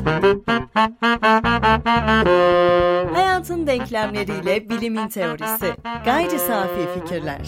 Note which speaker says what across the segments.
Speaker 1: Hayatın denklemleriyle bilimin teorisi. Gayri safi fikirler.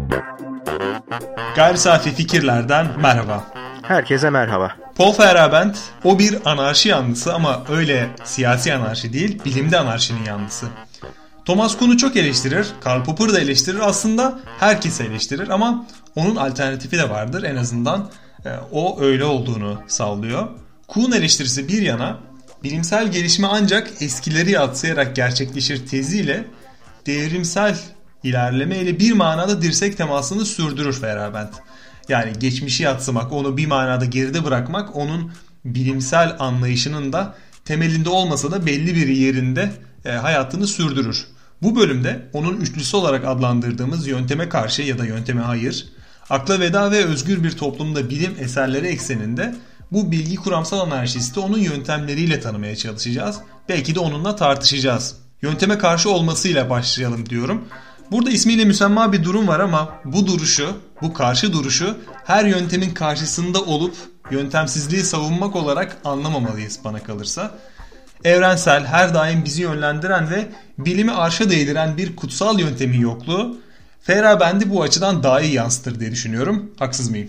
Speaker 2: Gayri safi fikirlerden merhaba.
Speaker 3: Herkese merhaba.
Speaker 2: Paul Feyerabend, o bir anarşi yanlısı ama öyle siyasi anarşi değil, bilimde anarşinin yanlısı. Thomas Kuhn'u çok eleştirir, Karl Popper'ı da eleştirir, aslında herkesi eleştirir ama onun alternatifi de vardır, en azından o öyle olduğunu sağlıyor. Kuhn eleştirisi bir yana, bilimsel gelişme ancak eskileri yadsıyarak gerçekleşir teziyle devrimsel ilerlemeyle bir manada dirsek temasını sürdürür Feyerabend. Yani geçmişi yadsımak, onu bir manada geride bırakmak onun bilimsel anlayışının da temelinde olmasa da belli bir yerinde hayatını sürdürür. Bu bölümde onun üçlüsü olarak adlandırdığımız yönteme karşı ya da yönteme hayır, akla veda ve özgür bir toplumda bilim eserleri ekseninde bu bilgi kuramsal anarşisti onun yöntemleriyle tanımaya çalışacağız. Belki de onunla tartışacağız. Yönteme karşı olmasıyla başlayalım diyorum. Burada ismiyle müsemma bir durum var ama bu duruşu, bu karşı duruşu her yöntemin karşısında olup yöntemsizliği savunmak olarak anlamamalıyız bana kalırsa. Evrensel, her daim bizi yönlendiren ve bilimi arşa değdiren bir kutsal yöntemin yokluğu Feyerabend'i bu açıdan daha iyi yansıtır diye düşünüyorum. Haksız mıyım?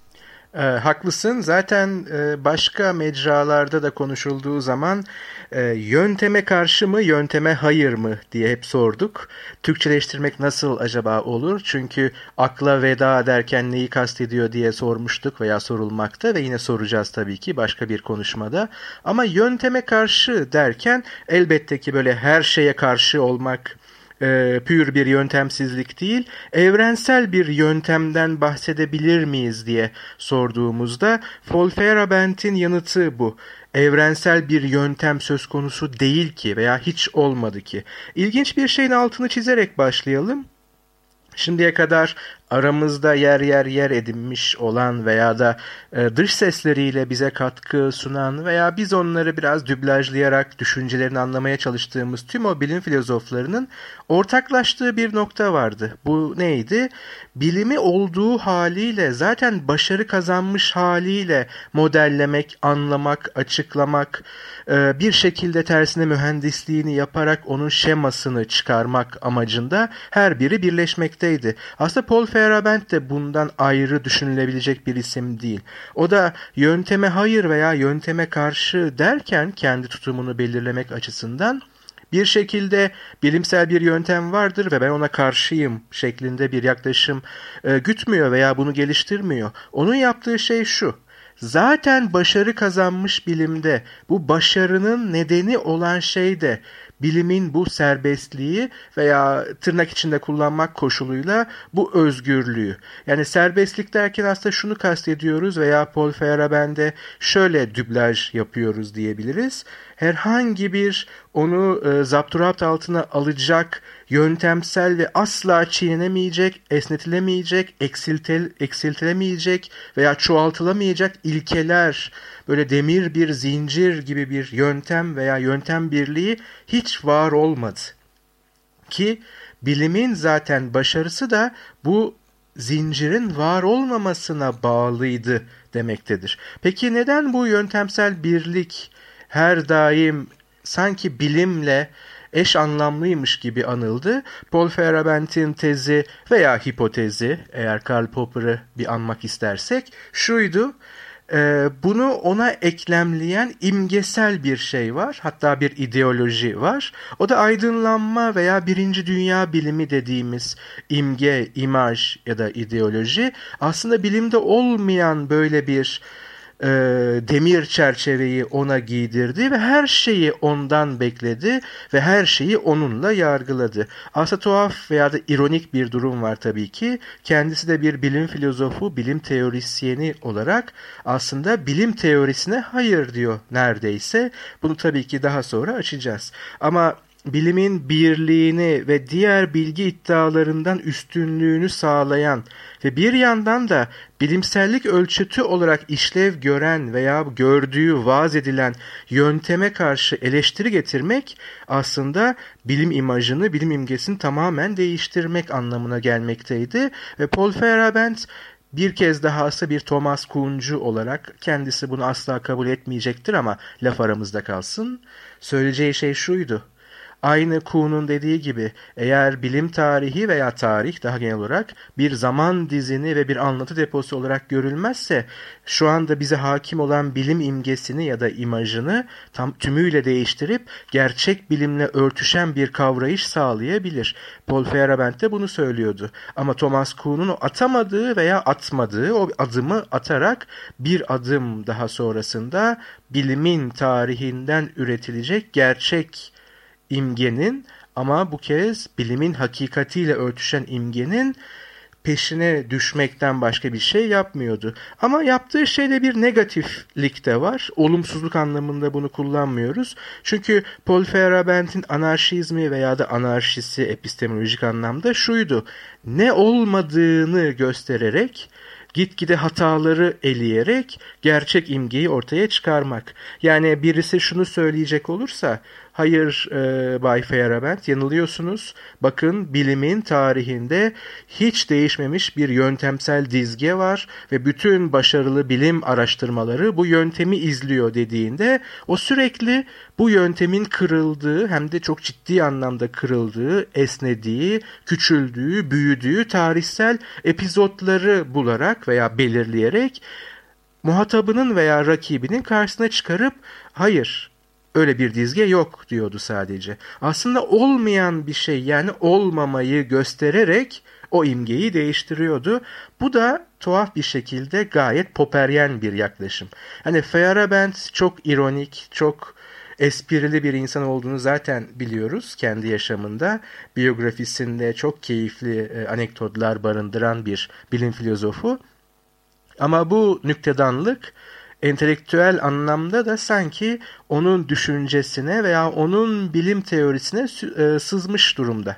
Speaker 3: Haklısın. Zaten başka mecralarda da konuşulduğu zaman yönteme karşı mı, yönteme hayır mı diye hep sorduk. Türkçeleştirmek nasıl acaba olur? Çünkü akla veda derken neyi kastediyor diye sormuştuk veya sorulmakta ve yine soracağız tabii ki başka bir konuşmada. Ama yönteme karşı derken elbette ki böyle her şeye karşı olmak pür bir yöntemsizlik değil, evrensel bir yöntemden bahsedebilir miyiz diye sorduğumuzda Paul Feyerabend'in yanıtı bu. Evrensel bir yöntem söz konusu değil ki veya hiç olmadı ki. İlginç bir şeyin altını çizerek başlayalım. Şimdiye kadar aramızda yer edinmiş olan veya da dış sesleriyle bize katkı sunan veya biz onları biraz dublajlayarak düşüncelerini anlamaya çalıştığımız tüm o bilim filozoflarının ortaklaştığı bir nokta vardı. Bu neydi? Bilimi olduğu haliyle, zaten başarı kazanmış haliyle modellemek, anlamak, açıklamak, bir şekilde tersine mühendisliğini yaparak onun şemasını çıkarmak amacında her biri birleşmekteydi. Aslında Paul Feyerabend de bundan ayrı düşünülebilecek bir isim değil. O da yönteme hayır veya yönteme karşı derken kendi tutumunu belirlemek açısından bir şekilde bilimsel bir yöntem vardır ve ben ona karşıyım şeklinde bir yaklaşım gütmüyor veya bunu geliştirmiyor. Onun yaptığı şey şu: zaten başarı kazanmış bilimde bu başarının nedeni olan şey de bilimin bu serbestliği veya tırnak içinde kullanmak koşuluyla bu özgürlüğü. Yani serbestlik derken aslında şunu kastediyoruz veya Paul Feyerabend'e şöyle dublaj yapıyoruz diyebiliriz. Herhangi bir onu zapturapt altına alacak, yöntemsel ve asla çiğnenemeyecek, esnetilemeyecek, eksiltilemeyecek veya çoğaltılamayacak ilkeler, böyle demir bir zincir gibi bir yöntem veya yöntem birliği hiç var olmadı. Ki bilimin zaten başarısı da bu zincirin var olmamasına bağlıydı demektedir. Peki neden bu yöntemsel birlik her daim sanki bilimle eş anlamlıymış gibi anıldı? Paul Feyerabend'in tezi veya hipotezi, eğer Karl Popper'ı bir anmak istersek, şuydu: bunu ona eklemleyen imgesel bir şey var, hatta bir ideoloji var. O da aydınlanma veya birinci dünya bilimi dediğimiz imge, imaj ya da ideoloji. Aslında bilimde olmayan böyle bir demir çerçeveyi ona giydirdi ve her şeyi ondan bekledi ve her şeyi onunla yargıladı. Aslında tuhaf veya da ironik bir durum var tabii ki. Kendisi de bir bilim filozofu, bilim teorisyeni olarak aslında bilim teorisine hayır diyor neredeyse. Bunu tabii ki daha sonra açacağız. Ama bilimin birliğini ve diğer bilgi iddialarından üstünlüğünü sağlayan ve bir yandan da bilimsellik ölçütü olarak işlev gören veya gördüğü, vaaz edilen yönteme karşı eleştiri getirmek aslında bilim imajını, bilim imgesini tamamen değiştirmek anlamına gelmekteydi. Ve Paul Feyerabend bir kez daha ise bir Thomas Kuhn'cu olarak, kendisi bunu asla kabul etmeyecektir ama laf aramızda kalsın, söyleyeceği şey şuydu: aynı Kuhn'un dediği gibi, eğer bilim tarihi veya tarih daha genel olarak bir zaman dizini ve bir anlatı deposu olarak görülmezse, şu anda bize hakim olan bilim imgesini ya da imajını tümüyle değiştirip gerçek bilimle örtüşen bir kavrayış sağlayabilir. Paul Feyerabend de bunu söylüyordu. Ama Thomas Kuhn'un atamadığı veya atmadığı o adımı atarak bir adım daha sonrasında bilimin tarihinden üretilecek gerçek imgenin, ama bu kez bilimin hakikatiyle örtüşen imgenin peşine düşmekten başka bir şey yapmıyordu. Ama yaptığı şeyde bir negatiflik de var. Olumsuzluk anlamında bunu kullanmıyoruz. Çünkü Paul Feyerabend'in anarşizmi veya da anarşisi epistemolojik anlamda şuydu: ne olmadığını göstererek, gitgide hataları eleyerek gerçek imgeyi ortaya çıkarmak. Yani birisi şunu söyleyecek olursa, hayır Bay Feyerabend, yanılıyorsunuz. Bakın, bilimin tarihinde hiç değişmemiş bir yöntemsel dizge var ve bütün başarılı bilim araştırmaları bu yöntemi izliyor dediğinde, o sürekli bu yöntemin kırıldığı, hem de çok ciddi anlamda kırıldığı, esnediği, küçüldüğü, büyüdüğü tarihsel epizotları bularak veya belirleyerek muhatabının veya rakibinin karşısına çıkarıp, hayır, öyle bir dizge yok diyordu sadece. Aslında olmayan bir şey, yani olmamayı göstererek o imgeyi değiştiriyordu. Bu da tuhaf bir şekilde gayet Popperyen bir yaklaşım. Hani Feyerabend çok ironik, çok esprili bir insan olduğunu zaten biliyoruz kendi yaşamında. Biyografisinde çok keyifli anekdotlar barındıran bir bilim filozofu. Ama bu nüktedanlık entelektüel anlamda da sanki onun düşüncesine veya onun bilim teorisine sızmış durumda.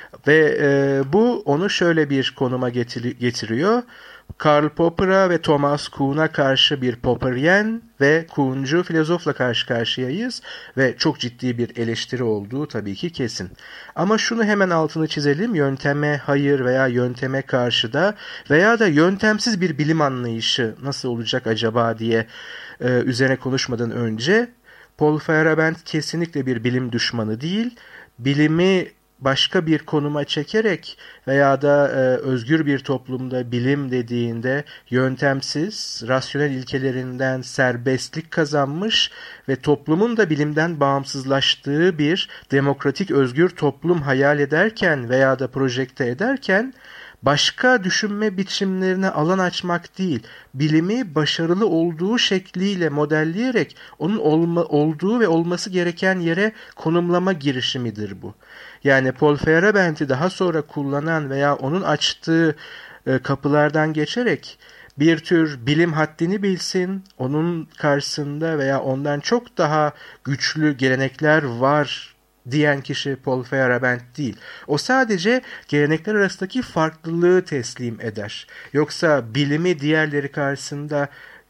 Speaker 3: Ve bu onu şöyle bir konuma getiriyor. Karl Popper'a ve Thomas Kuhn'a karşı bir Popperyen ve Kuhn'cu filozofla karşı karşıyayız ve çok ciddi bir eleştiri olduğu tabii ki kesin. Ama şunu hemen altını çizelim: yönteme hayır veya yönteme karşı da veya da yöntemsiz bir bilim anlayışı nasıl olacak acaba diye üzerine konuşmadan önce, Paul Feyerabend kesinlikle bir bilim düşmanı değil. Bilimi başka bir konuma çekerek veya da özgür bir toplumda bilim dediğinde yöntemsiz, rasyonel ilkelerinden serbestlik kazanmış ve toplumun da bilimden bağımsızlaştığı bir demokratik özgür toplum hayal ederken veya da projekte ederken, başka düşünme biçimlerine alan açmak değil, bilimi başarılı olduğu şekliyle modelleyerek onun olduğu ve olması gereken yere konumlama girişimidir bu. Yani Paul Feyerabend'i daha sonra kullanan veya onun açtığı kapılardan geçerek bir tür bilim haddini bilsin, onun karşısında veya ondan çok daha güçlü gelenekler var diyen kişi Paul Feyerabend değil. O sadece gelenekler arasındaki farklılığı teslim eder. Yoksa bilimi diğerleri karşısında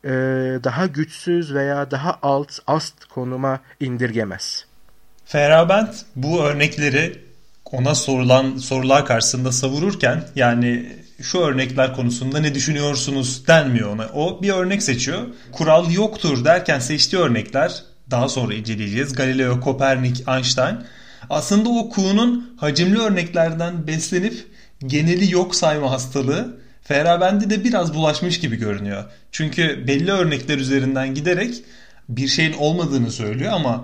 Speaker 3: daha güçsüz veya daha ast konuma indirgemez.
Speaker 2: Feyerabend bu örnekleri ona sorulan sorular karşısında savururken, yani şu örnekler konusunda ne düşünüyorsunuz denmiyor ona. O bir örnek seçiyor. Kural yoktur derken seçtiği örnekler, daha sonra inceleyeceğiz, Galileo, Kopernik, Einstein, aslında o Kuhn'un hacimli örneklerden beslenip geneli yok sayma hastalığı Feyerabend'e de biraz bulaşmış gibi görünüyor. Çünkü belli örnekler üzerinden giderek bir şeyin olmadığını söylüyor ama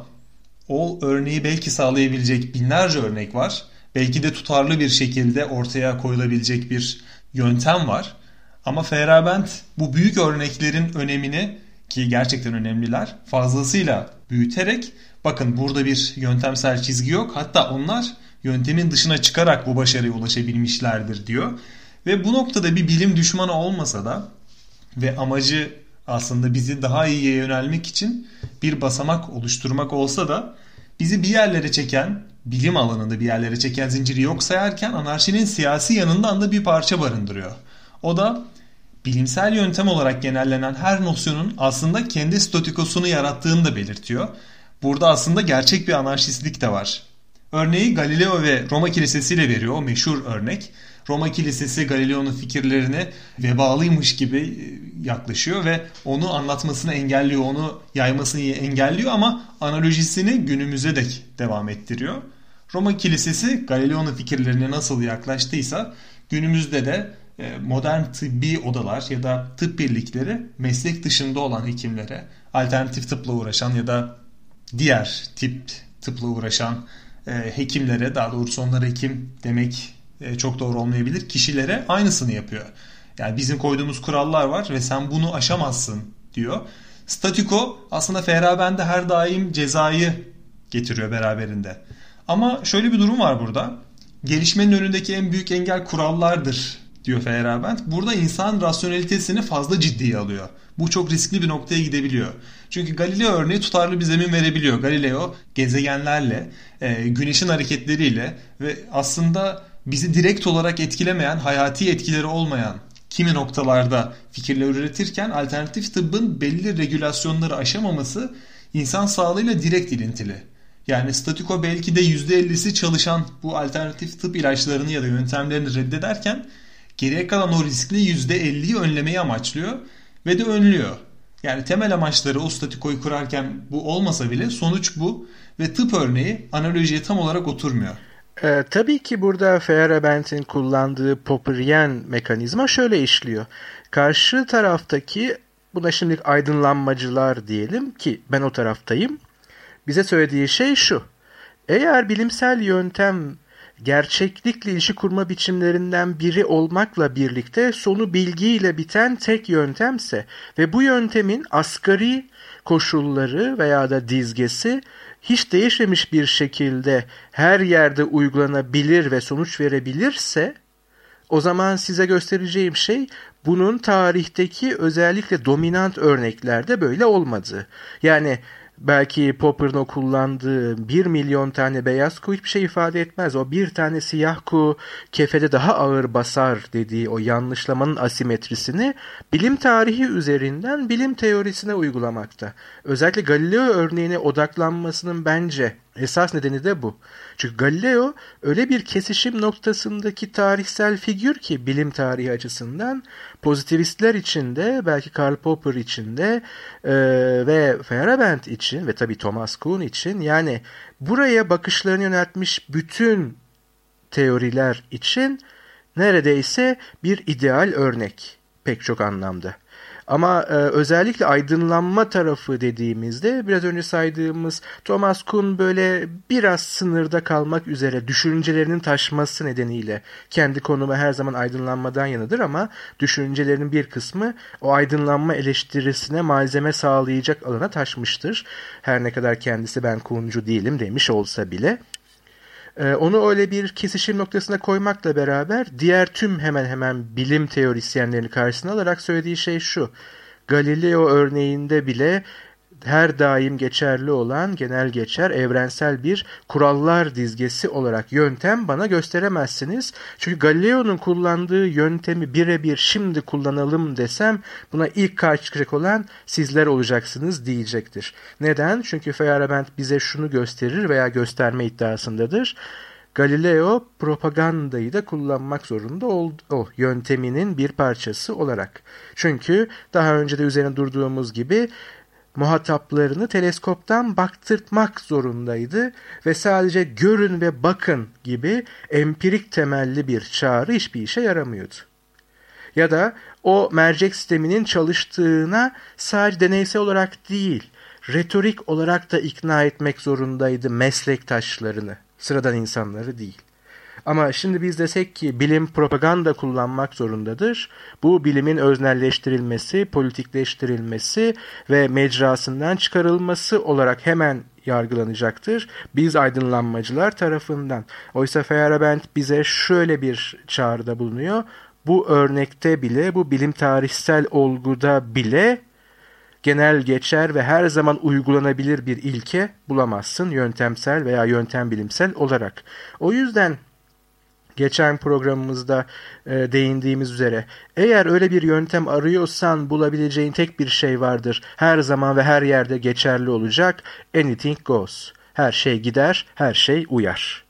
Speaker 2: o örneği belki sağlayabilecek binlerce örnek var. Belki de tutarlı bir şekilde ortaya koyulabilecek bir yöntem var. Ama Feyerabend bu büyük örneklerin önemini, ki gerçekten önemliler, fazlasıyla büyüterek, bakın burada bir yöntemsel çizgi yok, hatta onlar yöntemin dışına çıkarak bu başarıya ulaşabilmişlerdir diyor. Ve bu noktada bir bilim düşmanı olmasa da ve amacı aslında bizi daha iyiye yönelmek için bir basamak oluşturmak olsa da, bizi bir yerlere çeken, bilim alanında bir yerlere çeken zinciri yok sayarken anarşinin siyasi yanından da bir parça barındırıyor. O da bilimsel yöntem olarak genellenen her nosyonun aslında kendi statükosunu yarattığını da belirtiyor. Burada aslında gerçek bir anarşistlik de var. Örneği Galileo ve Roma Kilisesi ile veriyor, o meşhur örnek. Roma Kilisesi Galileo'nun fikirlerini vebalıymış gibi yaklaşıyor ve onu anlatmasını engelliyor, onu yaymasını engelliyor ama analojisini günümüze dek devam ettiriyor. Roma Kilisesi Galileo'nun fikirlerine nasıl yaklaştıysa günümüzde de modern tıbbi odalar ya da tıp birlikleri meslek dışında olan hekimlere, alternatif tıpla uğraşan ya da diğer tıpla uğraşan hekimlere, daha doğrusu onlara hekim demek çok doğru olmayabilir, kişilere aynısını yapıyor. Yani bizim koyduğumuz kurallar var ve sen bunu aşamazsın diyor. Statüko aslında Feyerabend'e her daim cezayı getiriyor beraberinde. Ama şöyle bir durum var burada. Gelişmenin önündeki en büyük engel kurallardır diyor Feyerabend. Burada insan rasyonelitesini fazla ciddiye alıyor. Bu çok riskli bir noktaya gidebiliyor. Çünkü Galileo örneği tutarlı bir zemin verebiliyor. Galileo gezegenlerle, güneşin hareketleriyle ve aslında bizi direkt olarak etkilemeyen, hayati etkileri olmayan kimi noktalarda fikirler üretirken alternatif tıbbın belli regülasyonları aşamaması insan sağlığıyla direkt ilintili. Yani statüko belki de %50'si çalışan bu alternatif tıp ilaçlarını ya da yöntemlerini reddederken geriye kalan o riskli %50'yi önlemeyi amaçlıyor ve de önlüyor. Yani temel amaçları o statükoyu kurarken bu olmasa bile sonuç bu ve tıp örneği analojiye tam olarak oturmuyor.
Speaker 3: Tabii ki burada Feyerabend'in kullandığı Popperian mekanizma şöyle işliyor. Karşı taraftaki, buna şimdilik aydınlanmacılar diyelim ki ben o taraftayım, bize söylediği şey şu: eğer bilimsel yöntem gerçeklikle ilişki kurma biçimlerinden biri olmakla birlikte sonu bilgiyle biten tek yöntemse ve bu yöntemin asgari koşulları veya da dizgesi hiç değişmemiş bir şekilde her yerde uygulanabilir ve sonuç verebilirse, o zaman size göstereceğim şey bunun tarihteki özellikle dominant örneklerde böyle olmadığı. Yani belki Popper'ın o kullandığı 1 milyon tane beyaz kuğu hiçbir şey ifade etmez. O bir tane siyah kuğu kefede daha ağır basar dediği o yanlışlamanın asimetrisini bilim tarihi üzerinden bilim teorisine uygulamakta. Özellikle Galileo örneğine odaklanmasının bence esas nedeni de bu. Çünkü Galileo öyle bir kesişim noktasındaki tarihsel figür ki bilim tarihi açısından pozitivistler için de, belki Karl Popper için de ve Feyerabend için ve tabii Thomas Kuhn için, yani buraya bakışlarını yöneltmiş bütün teoriler için neredeyse bir ideal örnek pek çok anlamda. Ama özellikle aydınlanma tarafı dediğimizde biraz önce saydığımız Thomas Kuhn böyle biraz sınırda kalmak üzere düşüncelerinin taşması nedeniyle kendi konumu her zaman aydınlanmadan yanıdır ama düşüncelerinin bir kısmı o aydınlanma eleştirisine malzeme sağlayacak alana taşmıştır. Her ne kadar kendisi ben Kuhn'cu değilim demiş olsa bile. Onu öyle bir kesişim noktasına koymakla beraber diğer tüm hemen hemen bilim teorisyenlerini karşısına alarak söylediği şey şu: Galileo örneğinde bile her daim geçerli olan genel geçer evrensel bir kurallar dizgesi olarak yöntem bana gösteremezsiniz. Çünkü Galileo'nun kullandığı yöntemi birebir şimdi kullanalım desem buna ilk karşı çıkacak olan sizler olacaksınız diyecektir. Neden? Çünkü Feyerabend bize şunu gösterir veya gösterme iddiasındadır: Galileo propagandayı da kullanmak zorunda oldu o yönteminin bir parçası olarak. Çünkü daha önce de üzerine durduğumuz gibi muhataplarını teleskoptan baktırtmak zorundaydı ve sadece görün ve bakın gibi empirik temelli bir çağrı hiçbir işe yaramıyordu. Ya da o mercek sisteminin çalıştığına sadece deneysel olarak değil, retorik olarak da ikna etmek zorundaydı meslektaşlarını, sıradan insanları değil. Ama şimdi biz desek ki bilim propaganda kullanmak zorundadır, bu bilimin öznelleştirilmesi, politikleştirilmesi ve mecrasından çıkarılması olarak hemen yargılanacaktır biz aydınlanmacılar tarafından. Oysa Feyerabend bize şöyle bir çağrıda bulunuyor: bu örnekte bile, bu bilim tarihsel olguda bile genel geçer ve her zaman uygulanabilir bir ilke bulamazsın yöntemsel veya yöntem bilimsel olarak. O yüzden geçen programımızda değindiğimiz üzere eğer öyle bir yöntem arıyorsan bulabileceğin tek bir şey vardır. Her zaman ve her yerde geçerli olacak: anything goes. Her şey gider, her şey uyar.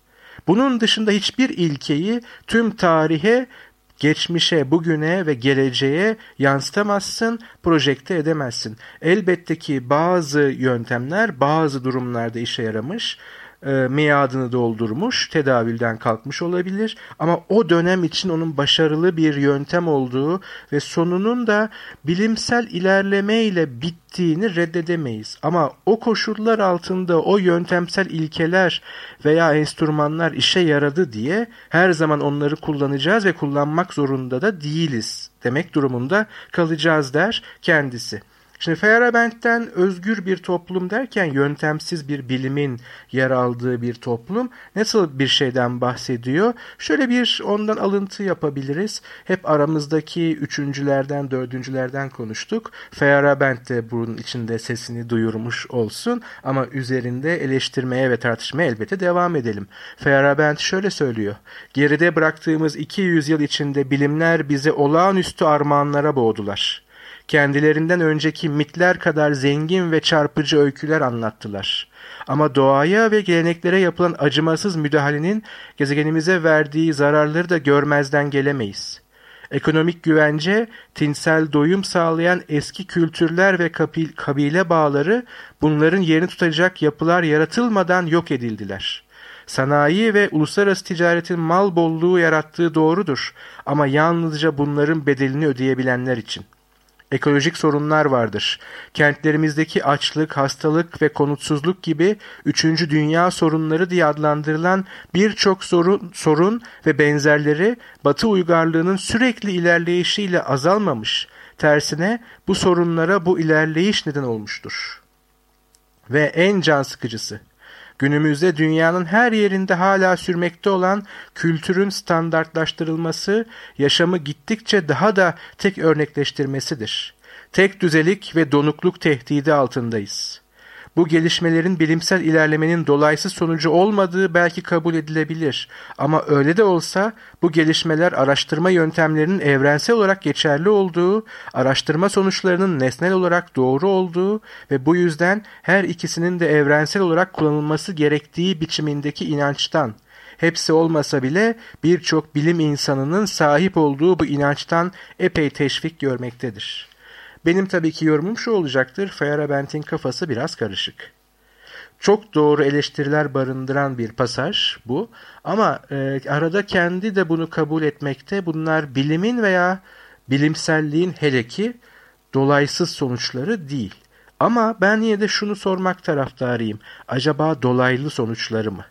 Speaker 3: Bunun dışında hiçbir ilkeyi tüm tarihe, geçmişe, bugüne ve geleceğe yansıtamazsın, projekte edemezsin. Elbette ki bazı yöntemler bazı durumlarda işe yaramış, miadını doldurmuş, tedavülden kalkmış olabilir. Ama o dönem için onun başarılı bir yöntem olduğu ve sonunun da bilimsel ilerlemeyle bittiğini reddedemeyiz. Ama o koşullar altında o yöntemsel ilkeler veya enstrümanlar işe yaradı diye her zaman onları kullanacağız ve kullanmak zorunda da değiliz demek durumunda kalacağız der kendisi. Şimdi Feyerabend'den özgür bir toplum derken yöntemsiz bir bilimin yer aldığı bir toplum nasıl bir şeyden bahsediyor? Şöyle bir ondan alıntı yapabiliriz. Hep aramızdaki üçüncülerden, dördüncülerden konuştuk. Feyerabend de bunun içinde sesini duyurmuş olsun ama üzerinde eleştirmeye ve tartışmaya elbette devam edelim. Feyerabend şöyle söylüyor. Geride bıraktığımız 200 yıl içinde bilimler bizi olağanüstü armağanlara boğdular. Kendilerinden önceki mitler kadar zengin ve çarpıcı öyküler anlattılar. Ama doğaya ve geleneklere yapılan acımasız müdahalenin gezegenimize verdiği zararları da görmezden gelemeyiz. Ekonomik güvence, tinsel doyum sağlayan eski kültürler ve kabile bağları bunların yerini tutacak yapılar yaratılmadan yok edildiler. Sanayi ve uluslararası ticaretin mal bolluğu yarattığı doğrudur ama yalnızca bunların bedelini ödeyebilenler için. Ekolojik sorunlar vardır. Kentlerimizdeki açlık, hastalık ve konutsuzluk gibi 3. dünya sorunları diye adlandırılan birçok sorun ve benzerleri Batı uygarlığının sürekli ilerleyişiyle azalmamış. Tersine bu sorunlara bu ilerleyiş neden olmuştur. Ve en can sıkıcısı, günümüzde dünyanın her yerinde hala sürmekte olan kültürün standartlaştırılması, yaşamı gittikçe daha da tek örnekleştirmesidir. Tek düzelik ve donukluk tehdidi altındayız. Bu gelişmelerin bilimsel ilerlemenin dolaysız sonucu olmadığı belki kabul edilebilir. Ama öyle de olsa bu gelişmeler araştırma yöntemlerinin evrensel olarak geçerli olduğu, araştırma sonuçlarının nesnel olarak doğru olduğu ve bu yüzden her ikisinin de evrensel olarak kullanılması gerektiği biçimindeki inançtan, hepsi olmasa bile birçok bilim insanının sahip olduğu bu inançtan epey teşvik görmektedir. Benim tabii ki yorumum şu olacaktır. Feyerabend'in kafası biraz karışık. Çok doğru eleştiriler barındıran bir pasaj bu. Ama arada kendi de bunu kabul etmekte. Bunlar bilimin veya bilimselliğin hele ki dolaysız sonuçları değil. Ama ben yine de şunu sormak taraftarıyım. Acaba dolaylı sonuçları mı?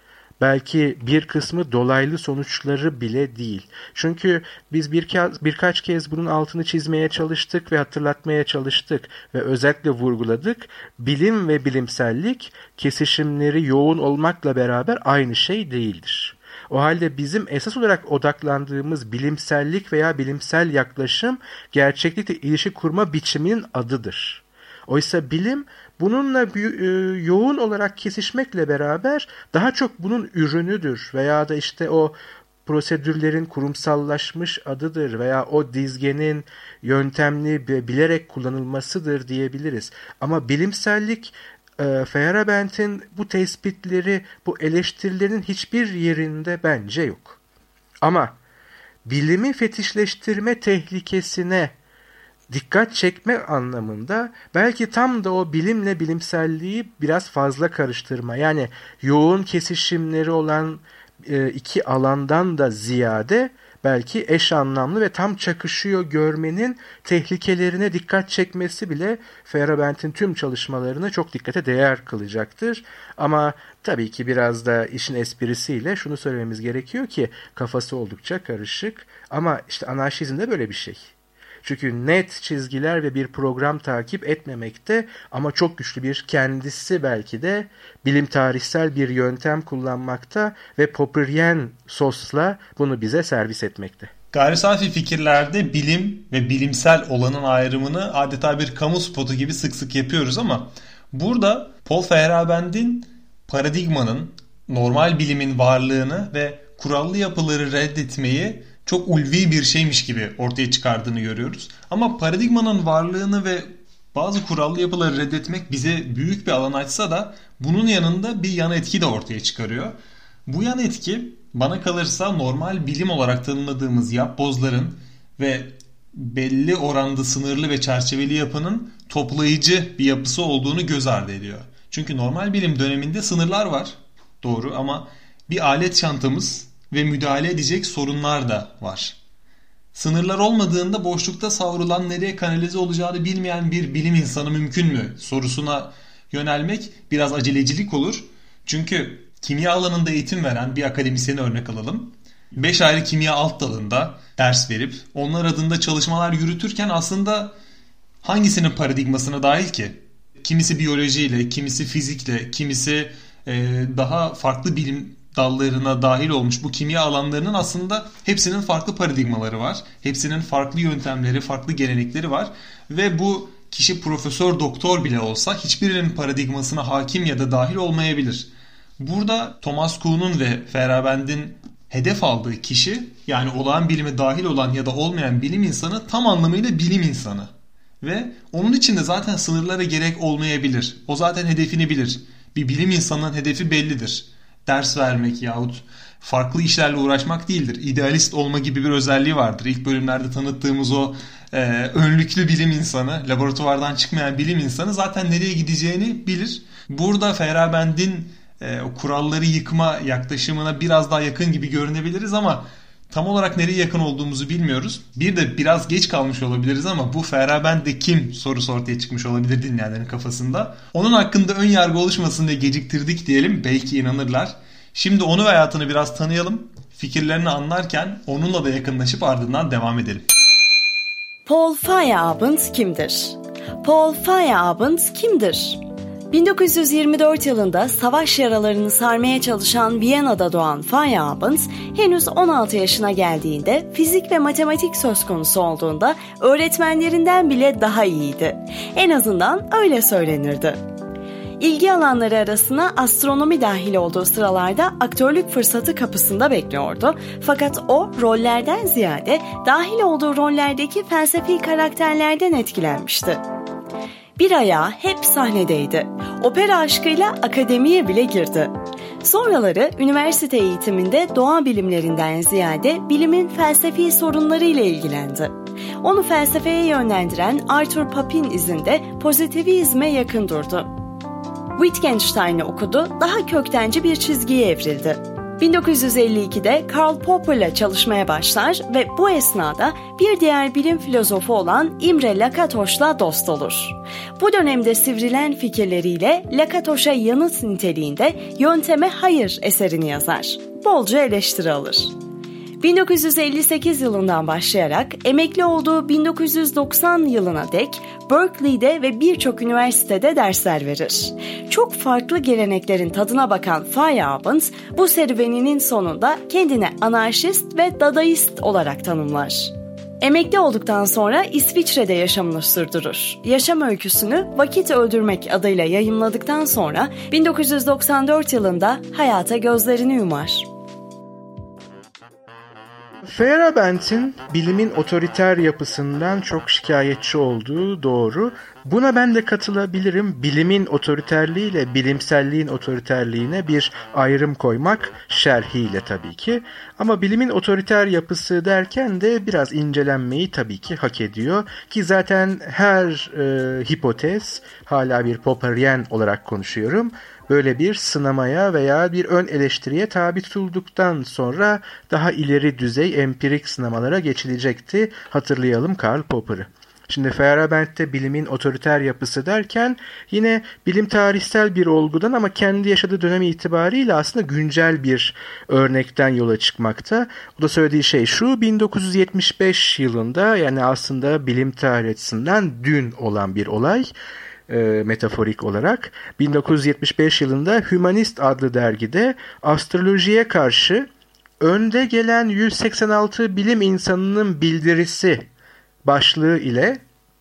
Speaker 3: Belki bir kısmı dolaylı sonuçları bile değil. Çünkü biz birkaç kez bunun altını çizmeye çalıştık ve hatırlatmaya çalıştık ve özellikle vurguladık. Bilim ve bilimsellik kesişimleri yoğun olmakla beraber aynı şey değildir. O halde bizim esas olarak odaklandığımız bilimsellik veya bilimsel yaklaşım gerçeklikle ilişki kurma biçiminin adıdır. Oysa bilim bununla yoğun olarak kesişmekle beraber daha çok bunun ürünüdür veya da işte o prosedürlerin kurumsallaşmış adıdır veya o dizgenin yöntemli bilerek kullanılmasıdır diyebiliriz. Ama bilimsellik Feyerabend'in bu tespitleri, bu eleştirilerin hiçbir yerinde bence yok. Ama bilimi fetişleştirme tehlikesine dikkat çekme anlamında belki tam da o bilimle bilimselliği biraz fazla karıştırma. Yani yoğun kesişimleri olan iki alandan da ziyade belki eş anlamlı ve tam çakışıyor görmenin tehlikelerine dikkat çekmesi bile Feyerabend'in tüm çalışmalarını çok dikkate değer kılacaktır. Ama tabii ki biraz da işin esprisiyle şunu söylememiz gerekiyor ki kafası oldukça karışık ama işte anarşizm de böyle bir şey. Çünkü net çizgiler ve bir program takip etmemekte ama çok güçlü bir kendisi belki de bilim tarihsel bir yöntem kullanmakta ve Popperyen sosla bunu bize servis etmekte.
Speaker 2: Gayri safi fikirlerde bilim ve bilimsel olanın ayrımını adeta bir kamu spotu gibi sık sık yapıyoruz ama burada Paul Feyerabend'in paradigmanın, normal bilimin varlığını ve kurallı yapıları reddetmeyi çok ulvi bir şeymiş gibi ortaya çıkardığını görüyoruz. Ama paradigmanın varlığını ve bazı kurallı yapıları reddetmek bize büyük bir alan açsa da bunun yanında bir yan etki de ortaya çıkarıyor. Bu yan etki bana kalırsa normal bilim olarak tanımladığımız yapbozların ve belli oranda sınırlı ve çerçeveli yapının toplayıcı bir yapısı olduğunu göz ardı ediyor. Çünkü normal bilim döneminde sınırlar var. Doğru, ama bir alet çantamız ve müdahale edecek sorunlar da var. Sınırlar olmadığında boşlukta savrulan, nereye kanalize olacağını bilmeyen bir bilim insanı mümkün mü sorusuna yönelmek biraz acelecilik olur. Çünkü kimya alanında eğitim veren bir akademisyeni örnek alalım. 5 ayrı kimya alt dalında ders verip onlar adında çalışmalar yürütürken aslında hangisinin paradigmasına dahil ki? Kimisi biyolojiyle, kimisi fizikle, kimisi daha farklı bilim dallarına dahil olmuş bu kimya alanlarının aslında hepsinin farklı paradigmaları var. Hepsinin farklı yöntemleri, farklı gelenekleri var. Ve bu kişi profesör, doktor bile olsa hiçbirinin paradigmasına hakim ya da dahil olmayabilir. Burada Thomas Kuhn'un ve Feyerabend'in hedef aldığı kişi, yani olağan bilime dahil olan ya da olmayan bilim insanı, tam anlamıyla bilim insanı. Ve onun için de zaten sınırlara gerek olmayabilir. O zaten hedefini bilir. Bir bilim insanının hedefi bellidir. Ders vermek yahut farklı işlerle uğraşmak değildir. İdealist olma gibi bir özelliği vardır. İlk bölümlerde tanıttığımız o önlüklü bilim insanı, laboratuvardan çıkmayan bilim insanı zaten nereye gideceğini bilir. Burada Feyerabend'in kuralları yıkma yaklaşımına biraz daha yakın gibi görünebiliriz ama tam olarak nereye yakın olduğumuzu bilmiyoruz. Bir de biraz geç kalmış olabiliriz ama bu Feyerabend de kim sorusu ortaya çıkmış olabilir dinleyenlerin kafasında. Onun hakkında ön yargı oluşmasın diye geciktirdik diyelim, belki inanırlar. Şimdi onu ve hayatını biraz tanıyalım. Fikirlerini anlarken onunla da yakınlaşıp ardından devam edelim.
Speaker 1: Paul Feyerabend kimdir? Paul Feyerabend kimdir? 1924 yılında savaş yaralarını sarmaya çalışan Viyana'da doğan Feyerabend, henüz 16 yaşına geldiğinde fizik ve matematik söz konusu olduğunda öğretmenlerinden bile daha iyiydi. En azından öyle söylenirdi. İlgi alanları arasına astronomi dahil olduğu sıralarda aktörlük fırsatı kapısında bekliyordu. Fakat o rollerden ziyade dahil olduğu rollerdeki felsefi karakterlerden etkilenmişti. Bir ayağı hep sahnedeydi. Opera aşkıyla akademiye bile girdi. Sonraları üniversite eğitiminde doğa bilimlerinden ziyade bilimin felsefi sorunlarıyla ilgilendi. Onu felsefeye yönlendiren Arthur Papin izinde pozitivizme yakın durdu. Wittgenstein'i okudu, daha köktenci bir çizgiye evrildi. 1952'de Karl Popper'la çalışmaya başlar ve bu esnada bir diğer bilim filozofu olan Imre Lakatoş'la dost olur. Bu dönemde sivrilen fikirleriyle Lakatoş'a yanıt niteliğinde Yönteme Hayır eserini yazar. Bolca eleştiri alır. 1958 yılından başlayarak emekli olduğu 1990 yılına dek Berkeley'de ve birçok üniversitede dersler verir. Çok farklı geleneklerin tadına bakan Feyerabend bu serüveninin sonunda kendini anarşist ve dadaist olarak tanımlar. Emekli olduktan sonra İsviçre'de yaşamını sürdürür. Yaşam öyküsünü Vakit Öldürmek adıyla yayımladıktan sonra 1994 yılında hayata gözlerini yumar.
Speaker 3: Feyerabend'in bilimin otoriter yapısından çok şikayetçi olduğu doğru. Buna ben de katılabilirim. Bilimin otoriterliğiyle bilimselliğin otoriterliğine bir ayrım koymak şerhiyle tabii ki. Ama bilimin otoriter yapısı derken de biraz incelenmeyi tabii ki hak ediyor. Ki zaten her hipotez, hala bir Popperyen olarak konuşuyorum, böyle bir sınamaya veya bir ön eleştiriye tabi tutulduktan sonra daha ileri düzey empirik sınamalara geçilecekti. Hatırlayalım Karl Popper'ı. Şimdi Feyerabend'de bilimin otoriter yapısı derken yine bilim tarihsel bir olgudan ama kendi yaşadığı dönem itibariyle aslında güncel bir örnekten yola çıkmakta. O da söylediği şey şu: 1975 yılında, yani aslında bilim tarihi açısından dün olan bir olay, metaforik olarak 1975 yılında Hümanist adlı dergide astrolojiye karşı önde gelen 186 bilim insanının bildirisi başlığı ile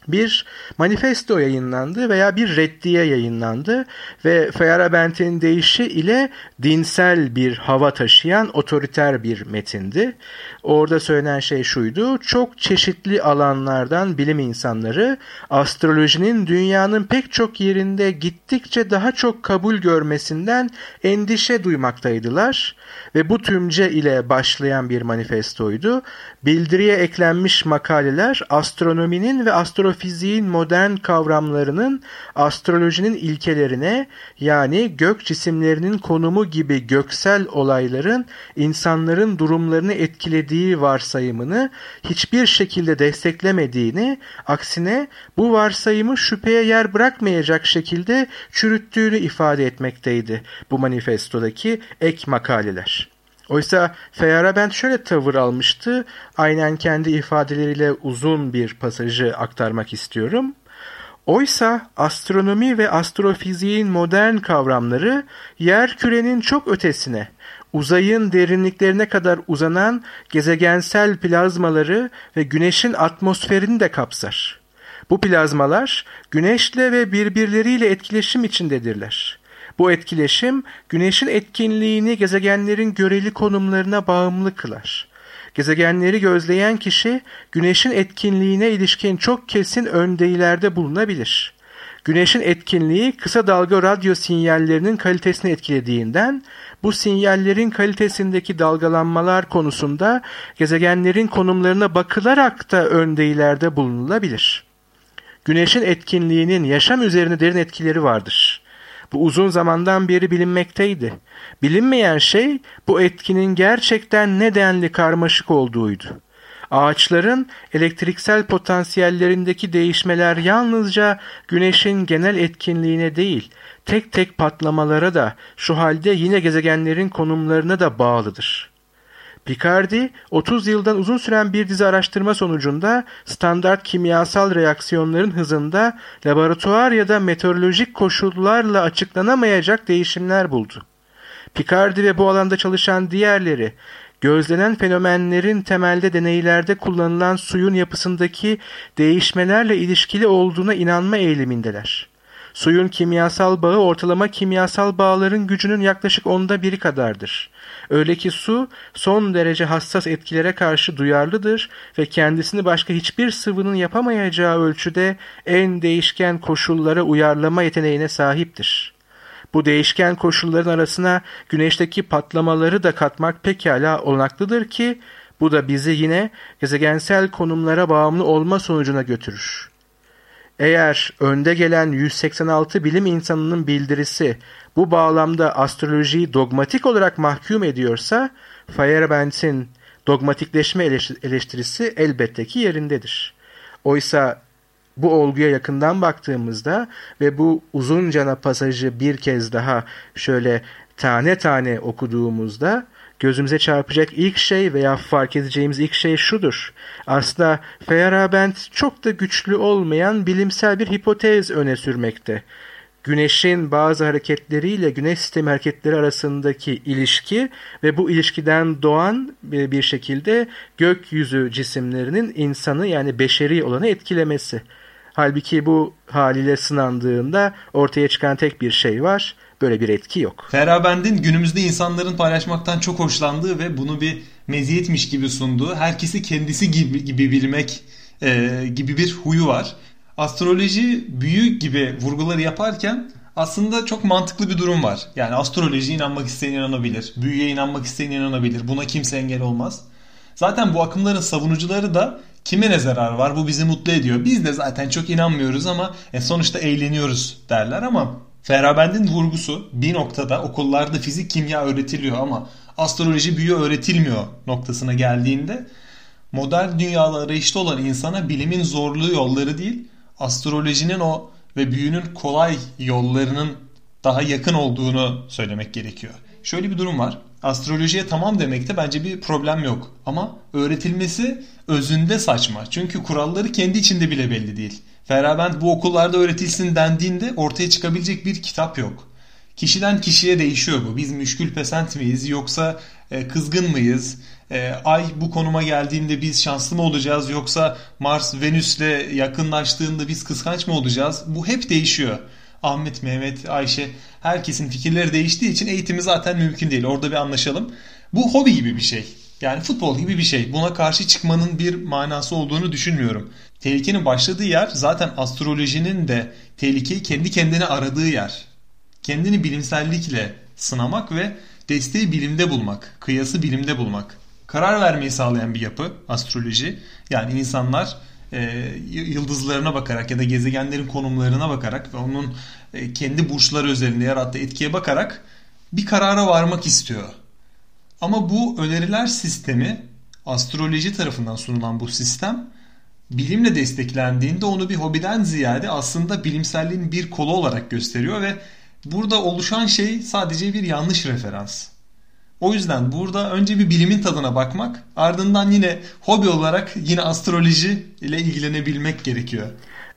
Speaker 3: bir manifesto yayınlandı veya bir reddiye yayınlandı ve Feyerabend'in deyişi ile dinsel bir hava taşıyan otoriter bir metindi. Orada söylenen şey şuydu: çok çeşitli alanlardan bilim insanları astrolojinin dünyanın pek çok yerinde gittikçe daha çok kabul görmesinden endişe duymaktaydılar ve bu tümce ile başlayan bir manifestoydu. Bildiriye eklenmiş makaleler astronominin ve astrofiziğin modern kavramlarının astrolojinin ilkelerine, yani gök cisimlerinin konumu gibi göksel olayların insanların durumlarını etkilediği varsayımını hiçbir şekilde desteklemediğini, aksine bu varsayımı şüpheye yer bırakmayacak şekilde çürüttüğünü ifade etmekteydi bu manifestodaki ek makaleler. Oysa Feyerabend şöyle tavır almıştı, aynen kendi ifadeleriyle uzun bir pasajı aktarmak istiyorum. Oysa astronomi ve astrofiziğin modern kavramları yerkürenin çok ötesine, uzayın derinliklerine kadar uzanan gezegensel plazmaları ve güneşin atmosferini de kapsar. Bu plazmalar güneşle ve birbirleriyle etkileşim içindedirler. Bu etkileşim güneşin etkinliğini gezegenlerin göreli konumlarına bağımlı kılar. Gezegenleri gözleyen kişi güneşin etkinliğine ilişkin çok kesin öndeyilerde bulunabilir. Güneşin etkinliği kısa dalga radyo sinyallerinin kalitesini etkilediğinden bu sinyallerin kalitesindeki dalgalanmalar konusunda gezegenlerin konumlarına bakılarak da öndeyilerde bulunulabilir. Güneşin etkinliğinin yaşam üzerine derin etkileri vardır. Bu uzun zamandan beri bilinmekteydi. Bilinmeyen şey bu etkinin gerçekten ne denli karmaşık olduğuydu. Ağaçların elektriksel potansiyellerindeki değişmeler yalnızca güneşin genel etkinliğine değil, tek tek patlamalara da, şu halde yine gezegenlerin konumlarına da bağlıdır. Picardi, 30 yıldan uzun süren bir dizi araştırma sonucunda standart kimyasal reaksiyonların hızında laboratuvar ya da meteorolojik koşullarla açıklanamayacak değişimler buldu. Picardi ve bu alanda çalışan diğerleri, gözlenen fenomenlerin temelde deneylerde kullanılan suyun yapısındaki değişmelerle ilişkili olduğuna inanma eğilimindeler. Suyun kimyasal bağı ortalama kimyasal bağların gücünün yaklaşık 1/10 kadardır. Öyle ki su son derece hassas etkilere karşı duyarlıdır ve kendisini başka hiçbir sıvının yapamayacağı ölçüde en değişken koşullara uyarlama yeteneğine sahiptir. Bu değişken koşulların arasına güneşteki patlamaları da katmak pekala olanaklıdır ki bu da bizi yine gezegensel konumlara bağımlı olma sonucuna götürür. Eğer önde gelen 186 bilim insanının bildirisi bu bağlamda astrolojiyi dogmatik olarak mahkum ediyorsa, Feyerabend'in dogmatikleşme eleştirisi elbette ki yerindedir. Oysa bu olguya yakından baktığımızda ve bu uzuncana pasajı bir kez daha şöyle tane tane okuduğumuzda gözümüze çarpacak ilk şey veya fark edeceğimiz ilk şey şudur. Aslında Feyerabend çok da güçlü olmayan bilimsel bir hipotez öne sürmekte. Güneşin bazı hareketleriyle güneş sistemi hareketleri arasındaki ilişki ve bu ilişkiden doğan bir şekilde gökyüzü cisimlerinin insanı, yani beşeri olanı etkilemesi. Halbuki bu haliyle sınandığında ortaya çıkan tek bir şey var: böyle bir etki yok.
Speaker 2: Feyerabend'in günümüzde insanların paylaşmaktan çok hoşlandığı ve bunu bir meziyetmiş gibi sunduğu, herkesi kendisi gibi bilmek gibi bir huyu var. Astroloji, büyü gibi vurguları yaparken aslında çok mantıklı bir durum var. Yani astrolojiye inanmak isteyen inanabilir, büyüye inanmak isteyen inanabilir. Buna kimse engel olmaz. Zaten bu akımların savunucuları da kime ne zarar var, bu bizi mutlu ediyor, biz de zaten çok inanmıyoruz ama sonuçta eğleniyoruz derler. Ama Feyerabend'in vurgusu bir noktada okullarda fizik, kimya öğretiliyor ama astroloji, büyü öğretilmiyor noktasına geldiğinde modern dünyada arayışta olan insana bilimin zorlu yolları değil, astrolojinin o ve büyünün kolay yollarının daha yakın olduğunu söylemek gerekiyor. Şöyle bir durum var. Astrolojiye tamam demekte bence bir problem yok. Ama öğretilmesi özünde saçma. Çünkü kuralları kendi içinde bile belli değil. Feyerabend bu okullarda öğretilsin dendiğinde ortaya çıkabilecek bir kitap yok. Kişiden kişiye değişiyor bu. Biz müşkül pesent miyiz yoksa Kızgın mıyız? Ay bu konuma geldiğinde biz şanslı mı olacağız? Yoksa Mars Venüs'le yakınlaştığında biz kıskanç mı olacağız? Bu hep değişiyor. Ahmet, Mehmet, Ayşe, herkesin fikirleri değiştiği için eğitimi zaten mümkün değil. Orada bir anlaşalım. Bu hobi gibi bir şey. Yani futbol gibi bir şey. Buna karşı çıkmanın bir manası olduğunu düşünmüyorum. Tehlikenin başladığı yer zaten astrolojinin de tehlikeyi kendi kendine aradığı yer. Kendini bilimsellikle sınamak ve desteği bilimde bulmak, kıyası bilimde bulmak. Karar vermeyi sağlayan bir yapı astroloji. Yani insanlar yıldızlarına bakarak ya da gezegenlerin konumlarına bakarak ve onun kendi burçları özelinde yarattığı etkiye bakarak bir karara varmak istiyor. Ama bu öneriler sistemi, astroloji tarafından sunulan bu sistem bilimle desteklendiğinde onu bir hobiden ziyade aslında bilimselliğin bir kolu olarak gösteriyor ve burada oluşan şey sadece bir yanlış referans. O yüzden burada önce bir bilimin tadına bakmak, ardından yine hobi olarak yine astroloji ile ilgilenebilmek gerekiyor.